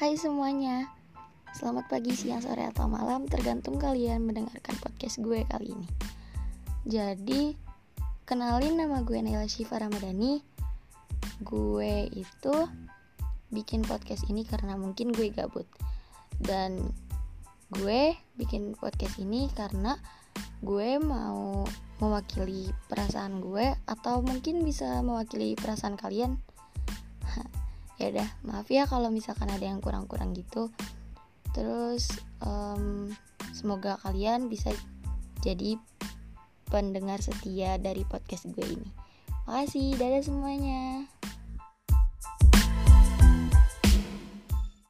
Hai semuanya, selamat pagi, siang, sore, atau malam, tergantung kalian mendengarkan podcast gue kali ini. Jadi, kenalin, nama gue Naila Syifa Ramadhani. Gue itu bikin podcast ini karena mungkin gue gabut. Dan gue bikin podcast ini karena gue mau mewakili perasaan gue, atau mungkin bisa mewakili perasaan kalian. Ya udah, maaf ya kalau misalkan ada yang kurang-kurang gitu. Terus semoga kalian bisa jadi pendengar setia dari podcast gue ini. Makasih, dadah semuanya.